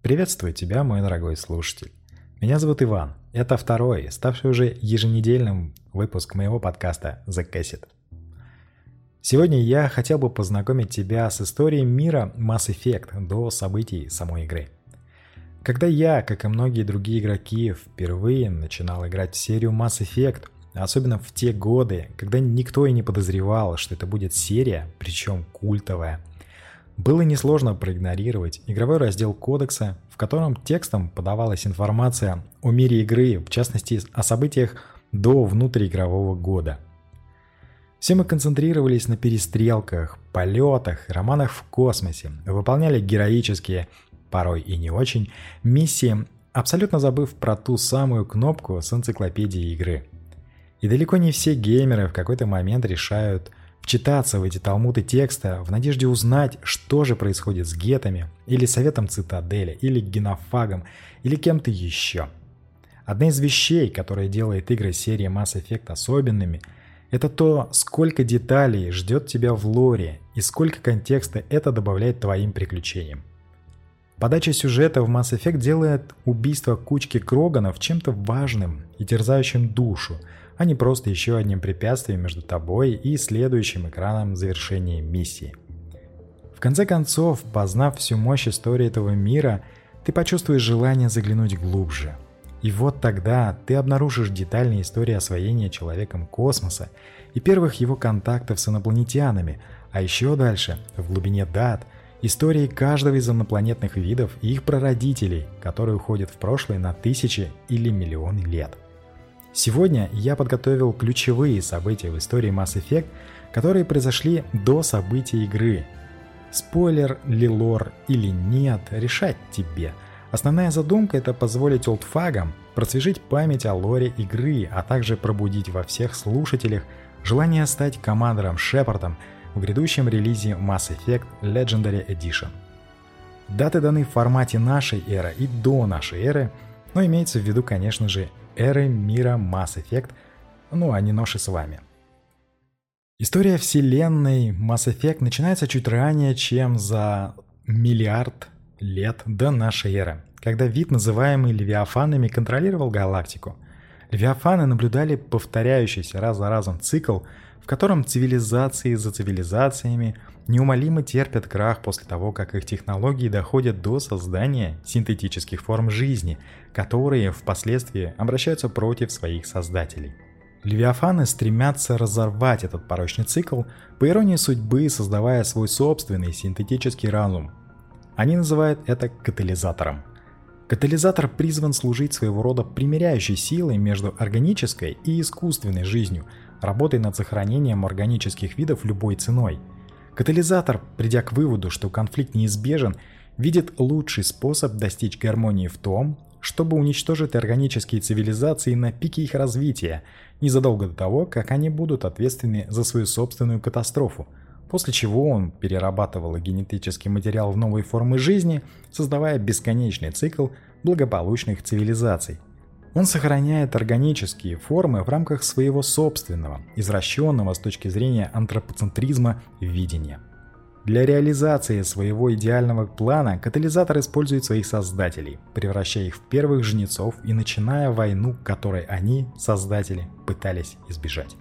Приветствую тебя, мой дорогой слушатель. Меня зовут Иван. Это второй, ставший уже еженедельным выпуск моего подкаста The Cassette. Сегодня я хотел бы познакомить тебя с историей мира Mass Effect до событий самой игры. Когда я, как и многие другие игроки, впервые начинал играть в серию Mass Effect, особенно в те годы, когда никто и не подозревал, что это будет серия, причем культовая, было несложно проигнорировать игровой раздел кодекса, в котором текстом подавалась информация о мире игры, в частности о событиях до внутриигрового года. Все мы концентрировались на перестрелках, полетах, романах в космосе, выполняли героические, порой и не очень, миссии, абсолютно забыв про ту самую кнопку с энциклопедией игры. И далеко не все геймеры в какой-то момент решают вчитаться в эти талмуды текста в надежде узнать, что же происходит с гетами, или советом Цитадели, или генофагом, или кем-то еще. Одна из вещей, которая делает игры серии Mass Effect особенными, это то, сколько деталей ждет тебя в лоре и сколько контекста это добавляет твоим приключениям. Подача сюжета в Mass Effect делает убийство кучки Кроганов чем-то важным и терзающим душу, а не просто еще одним препятствием между тобой и следующим экраном завершения миссии. В конце концов, познав всю мощь истории этого мира, ты почувствуешь желание заглянуть глубже. И вот тогда ты обнаружишь детальные истории освоения человеком космоса и первых его контактов с инопланетянами, а еще дальше, в глубине дат, истории каждого из инопланетных видов и их прародителей, которые уходят в прошлое на тысячи или миллионы лет. Сегодня я подготовил ключевые события в истории Mass Effect, которые произошли до событий игры. Спойлер ли лор или нет, решать тебе. Основная задумка – это позволить олдфагам просвежить память о лоре игры, а также пробудить во всех слушателях желание стать командором Шепардом в грядущем релизе Mass Effect Legendary Edition. Даты даны в формате нашей эры и до нашей эры, но имеется в виду, конечно же, эры мира Mass Effect, а не ноши с вами. История вселенной Mass Effect начинается чуть ранее, чем за миллиард лет до нашей эры, когда вид, называемый Левиафанами, контролировал галактику. Левиафаны наблюдали повторяющийся раз за разом цикл, в котором цивилизации за цивилизациями неумолимо терпят крах после того, как их технологии доходят до создания синтетических форм жизни, которые впоследствии обращаются против своих создателей. Левиафаны стремятся разорвать этот порочный цикл, по иронии судьбы создавая свой собственный синтетический разум. Они называют это катализатором. Катализатор призван служить своего рода примиряющей силой между органической и искусственной жизнью, работой над сохранением органических видов любой ценой. Катализатор, придя к выводу, что конфликт неизбежен, видит лучший способ достичь гармонии в том, чтобы уничтожить органические цивилизации на пике их развития, незадолго до того, как они будут ответственны за свою собственную катастрофу, после чего он перерабатывал генетический материал в новые формы жизни, создавая бесконечный цикл благополучных цивилизаций. Он сохраняет органические формы в рамках своего собственного, извращенного с точки зрения антропоцентризма видения. Для реализации своего идеального плана катализатор использует своих создателей, превращая их в первых жнецов и начиная войну, которой они, создатели, пытались избежать.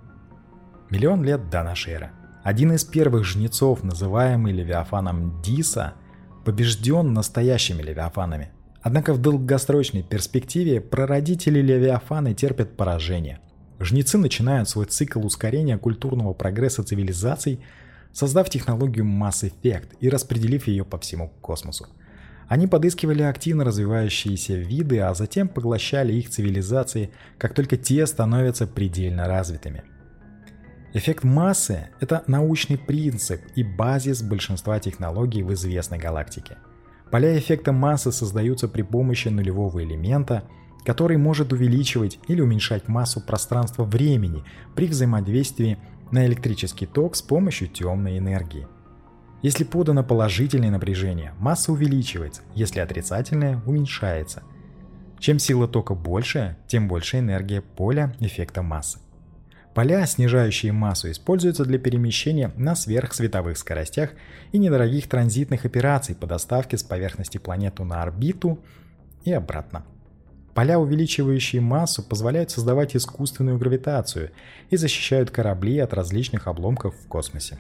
Миллион лет до нашей эры. Один из первых жнецов, называемый Левиафаном Диса, побежден настоящими Левиафанами. Однако в долгосрочной перспективе прародители Левиафаны терпят поражение. Жнецы начинают свой цикл ускорения культурного прогресса цивилизаций, создав технологию Mass Effect и распределив ее по всему космосу. Они подыскивали активно развивающиеся виды, а затем поглощали их цивилизации, как только те становятся предельно развитыми. Эффект массы – это научный принцип и базис большинства технологий в известной галактике. Поля эффекта массы создаются при помощи нулевого элемента, который может увеличивать или уменьшать массу пространства-времени при взаимодействии на электрический ток с помощью темной энергии. Если подано положительное напряжение, масса увеличивается, если отрицательное – уменьшается. Чем сила тока больше, тем больше энергия поля эффекта массы. Поля, снижающие массу, используются для перемещения на сверхсветовых скоростях и недорогих транзитных операций по доставке с поверхности планеты на орбиту и обратно. Поля, увеличивающие массу, позволяют создавать искусственную гравитацию и защищают корабли от различных обломков в космосе.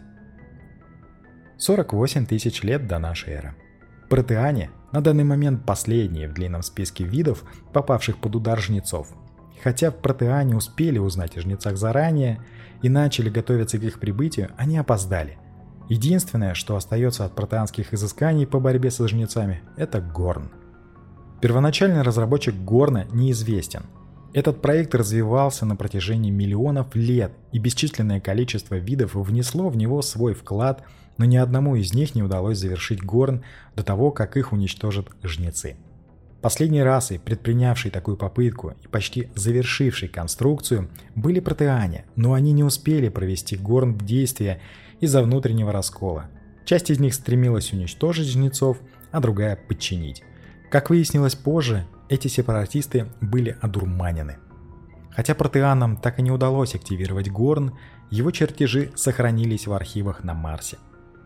48 тысяч лет до нашей эры. Протеане на данный момент последние в длинном списке видов, попавших под удар жнецов. Хотя протеане успели узнать о жнецах заранее и начали готовиться к их прибытию, они опоздали. Единственное, что остается от протеанских изысканий по борьбе со жнецами, это Горн. Первоначальный разработчик Горна неизвестен. Этот проект развивался на протяжении миллионов лет, и бесчисленное количество видов внесло в него свой вклад, но ни одному из них не удалось завершить Горн до того, как их уничтожат жнецы. Последней расой, предпринявшей такую попытку и почти завершившей конструкцию, были протеане, но они не успели провести Горн в действие из-за внутреннего раскола. Часть из них стремилась уничтожить жнецов, а другая – подчинить. Как выяснилось позже, эти сепаратисты были одурманены. Хотя протеанам так и не удалось активировать Горн, его чертежи сохранились в архивах на Марсе.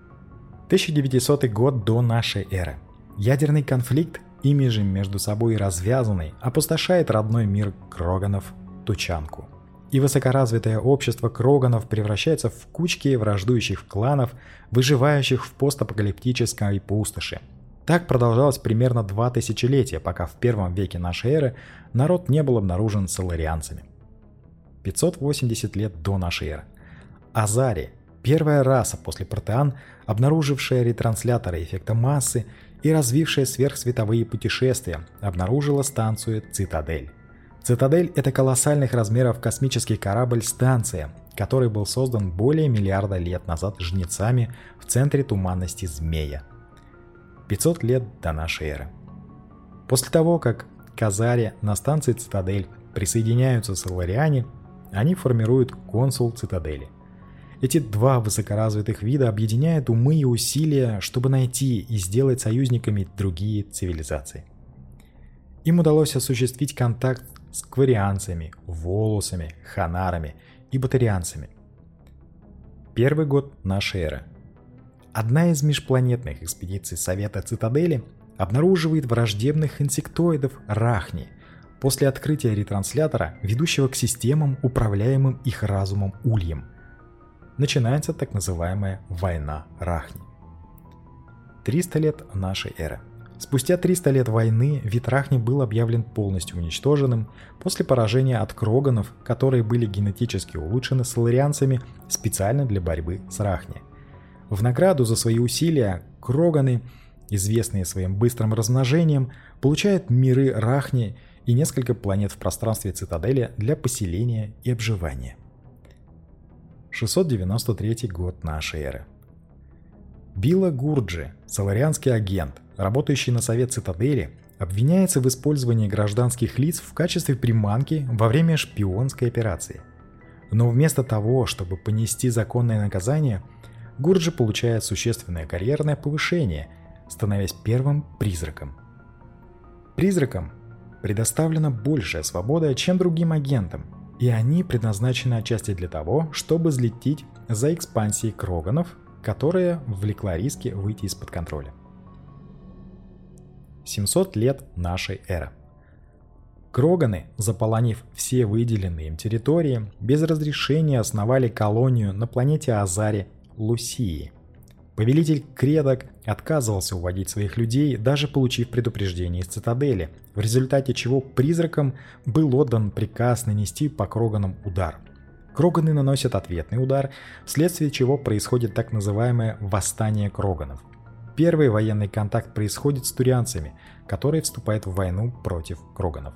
1900 год до нашей эры. Ядерный конфликт, ими же между собой развязанный, опустошает родной мир Кроганов – Тучанку. И высокоразвитое общество Кроганов превращается в кучки враждующих кланов, выживающих в постапокалиптической пустоши. Так продолжалось примерно 2 тысячелетия, пока в первом веке нашей эры народ не был обнаружен соларианцами. 580 лет до нашей эры. Азари – первая раса после протеан, обнаружившая ретрансляторы эффекта массы и развившая сверхсветовые путешествия, обнаружила станцию «Цитадель». «Цитадель» — это колоссальных размеров космический корабль-станция, который был создан более миллиарда лет назад жнецами в центре туманности Змея. 500 лет до нашей эры. После того, как к Азаре на станции «Цитадель» присоединяются солариане, они формируют консул Цитадели. Эти два высокоразвитых вида объединяют умы и усилия, чтобы найти и сделать союзниками другие цивилизации. Им удалось осуществить контакт с кварианцами, волусами, ханарами и батарианцами. Первый год нашей эры. Одна из межпланетных экспедиций Совета Цитадели обнаруживает враждебных инсектоидов рахни после открытия ретранслятора, ведущего к системам, управляемым их разумом ульем. Начинается так называемая «Война Рахни». 300 лет нашей эры. Спустя 300 лет войны вид Рахни был объявлен полностью уничтоженным после поражения от Кроганов, которые были генетически улучшены соларианцами специально для борьбы с Рахни. В награду за свои усилия Кроганы, известные своим быстрым размножением, получают миры Рахни и несколько планет в пространстве Цитадели для поселения и обживания. 693 год нашей эры. Билла Гурджи, соларианский агент, работающий на Совет Цитадели, обвиняется в использовании гражданских лиц в качестве приманки во время шпионской операции. Но вместо того, чтобы понести законное наказание, Гурджи получает существенное карьерное повышение, становясь первым призраком. Призракам предоставлена большая свобода, чем другим агентам, и они предназначены отчасти для того, чтобы взлететь за экспансией Кроганов, которая влекла риски выйти из-под контроля. 700 лет нашей эры. Кроганы, заполонив все выделенные им территории, без разрешения основали колонию на планете Азари Лусии. Повелитель Кредок отказывался уводить своих людей, даже получив предупреждение из Цитадели, в результате чего призракам был отдан приказ нанести по Кроганам удар. Кроганы наносят ответный удар, вследствие чего происходит так называемое «восстание Кроганов». Первый военный контакт происходит с турианцами, которые вступают в войну против Кроганов.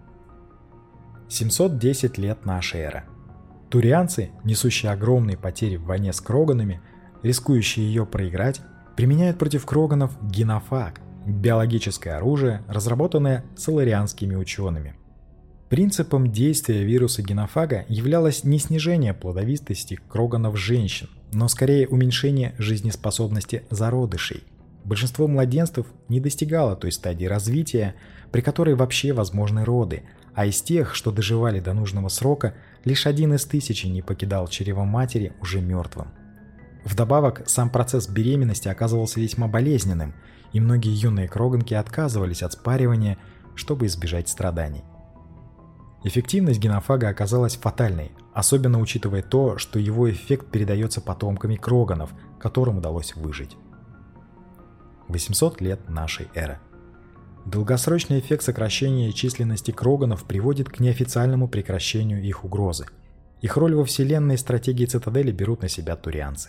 710 лет нашей эры. Турианцы, несущие огромные потери в войне с Кроганами, рискующие ее проиграть, применяют против Кроганов генофаг – биологическое оружие, разработанное соларианскими учеными. Принципом действия вируса генофага являлось не снижение плодовитости Кроганов женщин, но скорее уменьшение жизнеспособности зародышей. Большинство младенцев не достигало той стадии развития, при которой вообще возможны роды, а из тех, что доживали до нужного срока, лишь 1 из 1000 не покидал чрево матери уже мертвым. Вдобавок, сам процесс беременности оказывался весьма болезненным, и многие юные кроганки отказывались от спаривания, чтобы избежать страданий. Эффективность генофага оказалась фатальной, особенно учитывая то, что его эффект передается потомками кроганов, которым удалось выжить. 800 лет нашей эры. Долгосрочный эффект сокращения численности кроганов приводит к неофициальному прекращению их угрозы. Их роль во вселенной и стратегии цитадели берут на себя турианцы.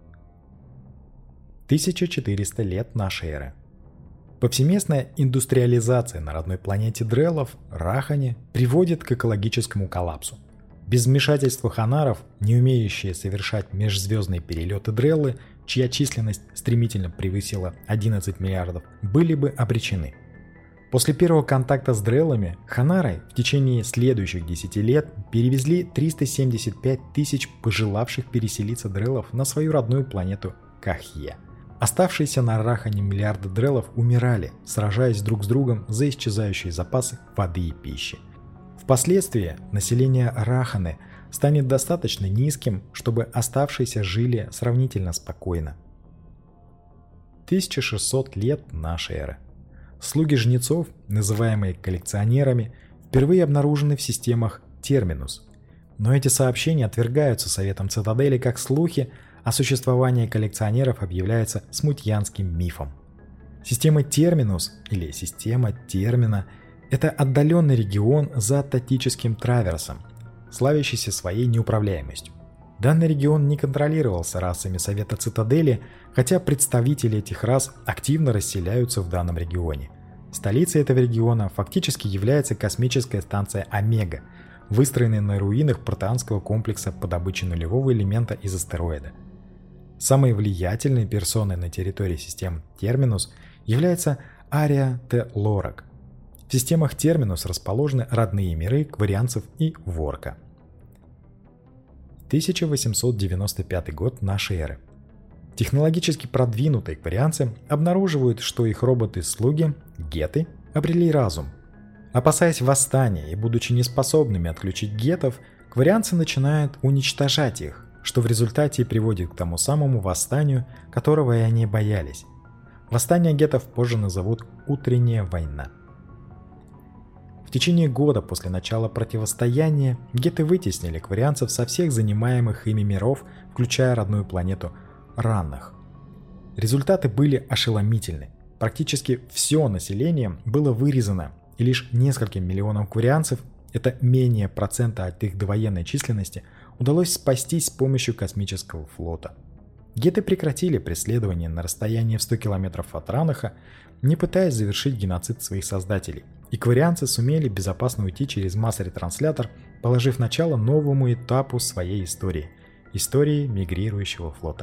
1400 лет нашей эры. Повсеместная индустриализация на родной планете Дреллов, Рахане, приводит к экологическому коллапсу. Без вмешательства ханаров, не умеющие совершать межзвездные перелеты Дреллы, чья численность стремительно превысила 11 миллиардов, были бы обречены. После первого контакта с Дреллами, ханары в течение следующих 10 лет перевезли 375 тысяч пожелавших переселиться Дреллов на свою родную планету Кахье. Оставшиеся на Рахане миллиарды Дреллов умирали, сражаясь друг с другом за исчезающие запасы воды и пищи. Впоследствии население Раханы станет достаточно низким, чтобы оставшиеся жили сравнительно спокойно. 1600 лет нашей эры. Слуги жнецов, называемые коллекционерами, впервые обнаружены в системах Терминус. Но эти сообщения отвергаются Советом Цитадели как слухи, а существование коллекционеров объявляется смутьянским мифом. Система Терминус или система Термина – это отдаленный регион за Тактическим траверсом, славящийся своей неуправляемостью. Данный регион не контролировался расами Совета Цитадели, хотя представители этих рас активно расселяются в данном регионе. Столицей этого региона фактически является космическая станция Омега, выстроенная на руинах протеанского комплекса по добыче нулевого элемента из астероида. Самой влиятельной персоной на территории систем Терминус является Ария Т. Лорак. В системах Терминус расположены родные миры кварианцев и Ворка. 1895 год нашей эры. Технологически продвинутые кварианцы обнаруживают, что их роботы-слуги, геты, обрели разум. Опасаясь восстания и будучи неспособными отключить гетов, кварианцы начинают уничтожать их, что в результате приводит к тому самому восстанию, которого и они боялись. Восстание гетов позже назовут «Утренняя война». В течение года после начала противостояния геты вытеснили кварианцев со всех занимаемых ими миров, включая родную планету Раннах. Результаты были ошеломительны. Практически все население было вырезано, и лишь нескольким миллионам кварианцев, это менее процента от их довоенной численности, удалось спастись с помощью космического флота. Геты прекратили преследование на расстоянии в 100 километров от Ранаха, не пытаясь завершить геноцид своих создателей, и кварианцы сумели безопасно уйти через масс-ретранслятор, положив начало новому этапу своей истории – истории мигрирующего флота.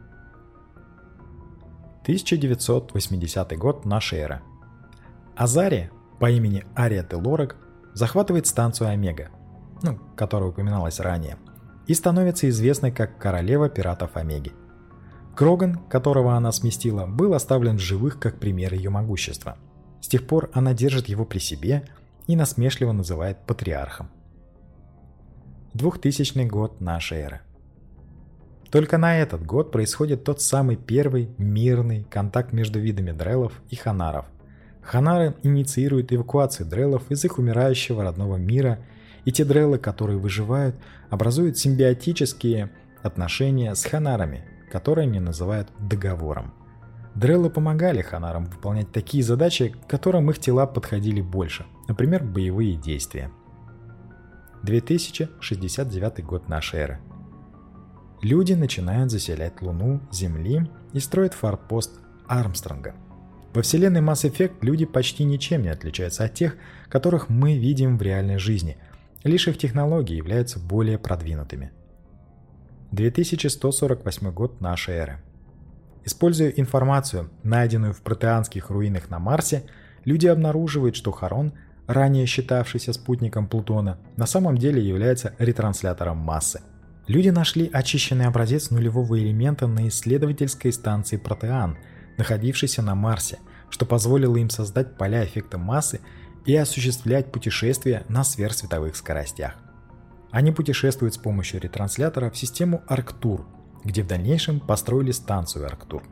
1980 год нашей эры. Азария по имени Ария Т. Лорак захватывает станцию Омега, которая упоминалась ранее, и становится известной как королева пиратов Омеги. Кроган, которого она сместила, был оставлен в живых как пример ее могущества. С тех пор она держит его при себе и насмешливо называет патриархом. 2000 год нашей эры. Только на этот год происходит тот самый первый мирный контакт между видами дреллов и ханаров. Ханары инициируют эвакуацию дреллов из их умирающего родного мира, и те дреллы, которые выживают, образуют симбиотические отношения с ханарами, которые они называют договором. Дреллы помогали ханарам выполнять такие задачи, к которым их тела подходили больше, например, боевые действия. 2069 год нашей эры. Люди начинают заселять Луну, Земли и строят форпост Армстронга. Во вселенной Mass Effect люди почти ничем не отличаются от тех, которых мы видим в реальной жизни, лишь их технологии являются более продвинутыми. 2148 год нашей эры. Используя информацию, найденную в протеанских руинах на Марсе, люди обнаруживают, что Харон, ранее считавшийся спутником Плутона, на самом деле является ретранслятором массы. Люди нашли очищенный образец нулевого элемента на исследовательской станции Протеан, находившейся на Марсе, что позволило им создать поля эффекта массы и осуществлять путешествия на сверхсветовых скоростях. Они путешествуют с помощью ретранслятора в систему Арктур, где в дальнейшем построили станцию Арктур.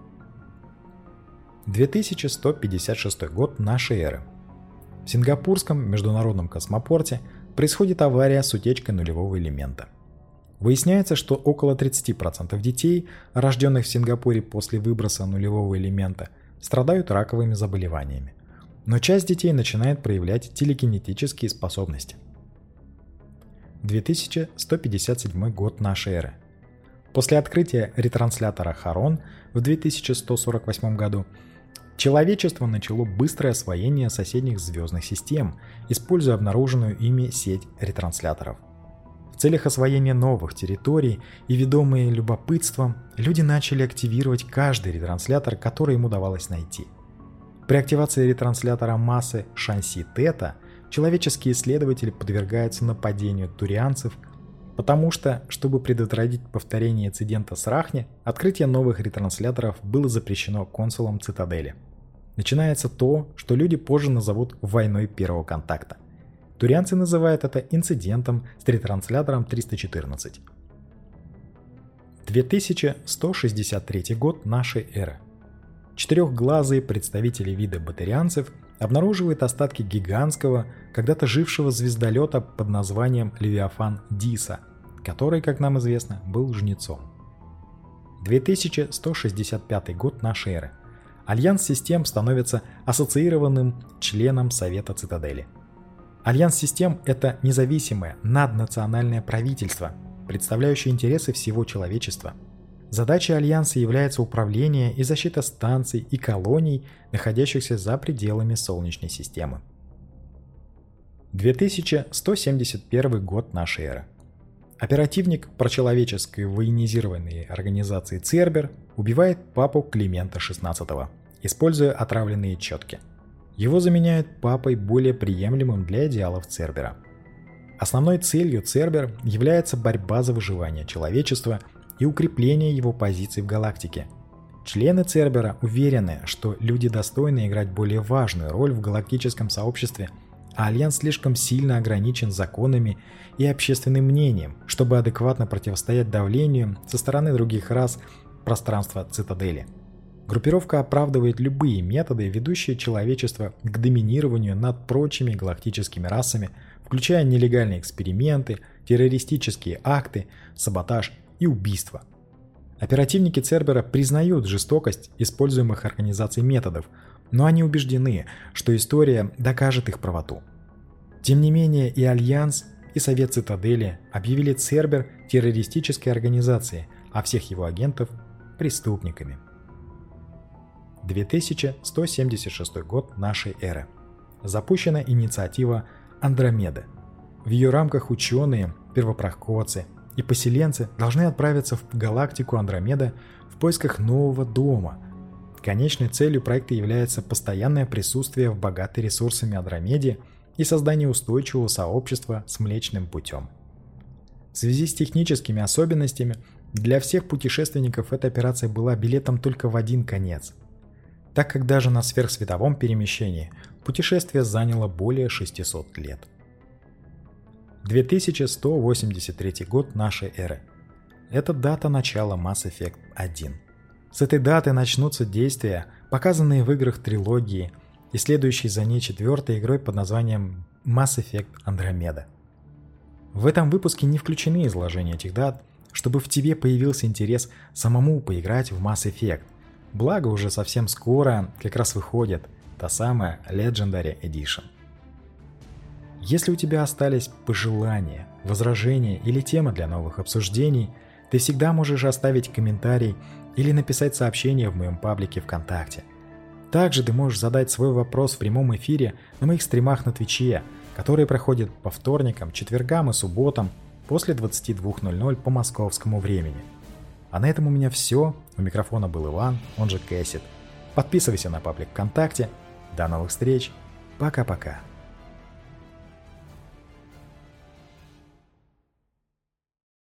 2156 год нашей эры. В Сингапурском международном космопорте происходит авария с утечкой нулевого элемента. Выясняется, что около 30% детей, рожденных в Сингапуре после выброса нулевого элемента, страдают раковыми заболеваниями. Но часть детей начинает проявлять телекинетические способности. 2157 год нашей эры. После открытия ретранслятора Харон в 2148 году человечество начало быстрое освоение соседних звездных систем, используя обнаруженную ими сеть ретрансляторов. В целях освоения новых территорий и ведомые любопытством, люди начали активировать каждый ретранслятор, который им удавалось найти. При активации ретранслятора массы Шанси-Тета человеческие исследователи подвергаются нападению турианцев, потому что, чтобы предотвратить повторение инцидента с Рахни, открытие новых ретрансляторов было запрещено консулом Цитадели. Начинается то, что люди позже назовут «войной первого контакта». Турианцы называют это инцидентом с ретранслятором 314. 2163 год нашей эры. Четырехглазые представители вида батарианцев обнаруживают остатки гигантского, когда-то жившего звездолета под названием Левиафан Диса, который, как нам известно, был жнецом. 2165 год нашей эры. Альянс систем становится ассоциированным членом Совета Цитадели. Альянс систем – это независимое наднациональное правительство, представляющее интересы всего человечества. Задачей Альянса является управление и защита станций и колоний, находящихся за пределами Солнечной системы. 2171 год нашей эры. Оперативник прочеловеческой военизированной организации Цербер убивает папу Климента XVI, используя отравленные четки. Его заменяют папой, более приемлемым для идеалов Цербера. Основной целью Цербер является борьба за выживание человечества и укрепление его позиций в галактике. Члены Цербера уверены, что люди достойны играть более важную роль в галактическом сообществе, а Альянс слишком сильно ограничен законами и общественным мнением, чтобы адекватно противостоять давлению со стороны других рас пространства Цитадели. Группировка оправдывает любые методы, ведущие человечество к доминированию над прочими галактическими расами, включая нелегальные эксперименты, террористические акты, саботаж и убийства. Оперативники Цербера признают жестокость используемых организацией методов, но они убеждены, что история докажет их правоту. Тем не менее, и Альянс, и Совет Цитадели объявили Цербер террористической организацией, а всех его агентов – преступниками. 2176 год нашей эры. Запущена инициатива Андромеда. В ее рамках ученые, первопроходцы и поселенцы должны отправиться в галактику Андромеда в поисках нового дома. Конечной целью проекта является постоянное присутствие в богатой ресурсами Андромеде и создание устойчивого сообщества с Млечным Путем. В связи с техническими особенностями для всех путешественников эта операция была билетом только в один конец, так как даже на сверхсветовом перемещении путешествие заняло более 600 лет. 2183 год нашей эры. Это дата начала Mass Effect 1. С этой даты начнутся действия, показанные в играх трилогии и следующей за ней четвертой игрой под названием Mass Effect Andromeda. В этом выпуске не включены изложения этих дат, чтобы в тебе появился интерес самому поиграть в Mass Effect. Благо уже совсем скоро как раз выходит та самая Legendary Edition. Если у тебя остались пожелания, возражения или темы для новых обсуждений, ты всегда можешь оставить комментарий или написать сообщение в моем паблике ВКонтакте. Также ты можешь задать свой вопрос в прямом эфире на моих стримах на Твиче, которые проходят по вторникам, четвергам и субботам после 22:00 по московскому времени. А на этом у меня все. У микрофона был Иван, он же Кэссит. Подписывайся на паблик ВКонтакте. До новых встреч. Пока-пока.